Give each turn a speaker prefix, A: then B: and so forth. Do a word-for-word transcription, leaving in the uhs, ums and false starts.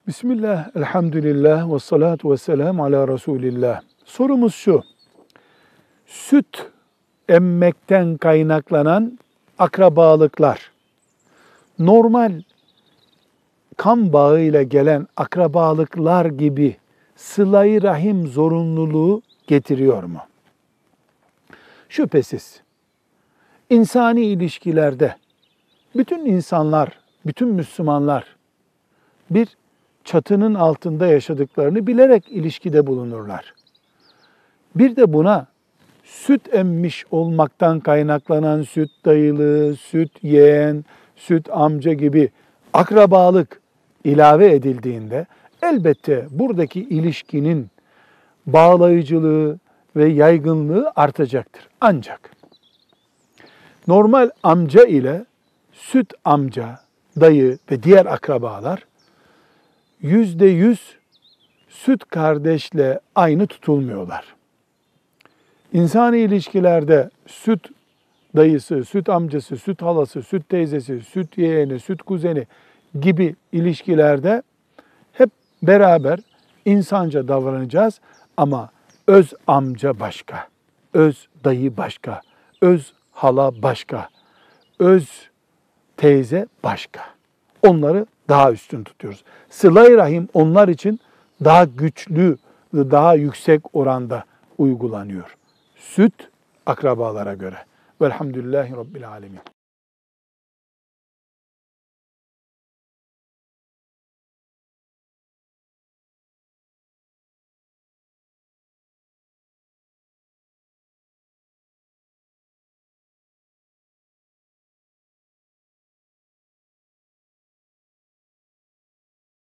A: Bismillah, elhamdülillah ve salatu ve selamu ala Resulillah. Sorumuz şu, süt emmekten kaynaklanan akrabalıklar, normal kan bağıyla gelen akrabalıklar gibi sıla-i rahim zorunluluğu getiriyor mu? Şüphesiz. İnsani ilişkilerde bütün insanlar, bütün Müslümanlar bir çatının altında yaşadıklarını bilerek ilişkide bulunurlar. Bir de buna süt emmiş olmaktan kaynaklanan süt dayılı, süt yeğen, süt amca gibi akrabalık ilave edildiğinde elbette buradaki ilişkinin bağlayıcılığı ve yaygınlığı artacaktır. Ancak normal amca ile süt amca, dayı ve diğer akrabalar yüzde yüz süt kardeşle aynı tutulmuyorlar. İnsani ilişkilerde süt dayısı, süt amcası, süt halası, süt teyzesi, süt yeğeni, süt kuzeni gibi ilişkilerde hep beraber insanca davranacağız ama öz amca başka, öz dayı başka, öz hala başka, öz teyze başka. Onları daha üstün tutuyoruz. Sıla-i rahim onlar için daha güçlü, daha yüksek oranda uygulanıyor. Süt akrabalara göre. Velhamdülillahi Rabbil alemin.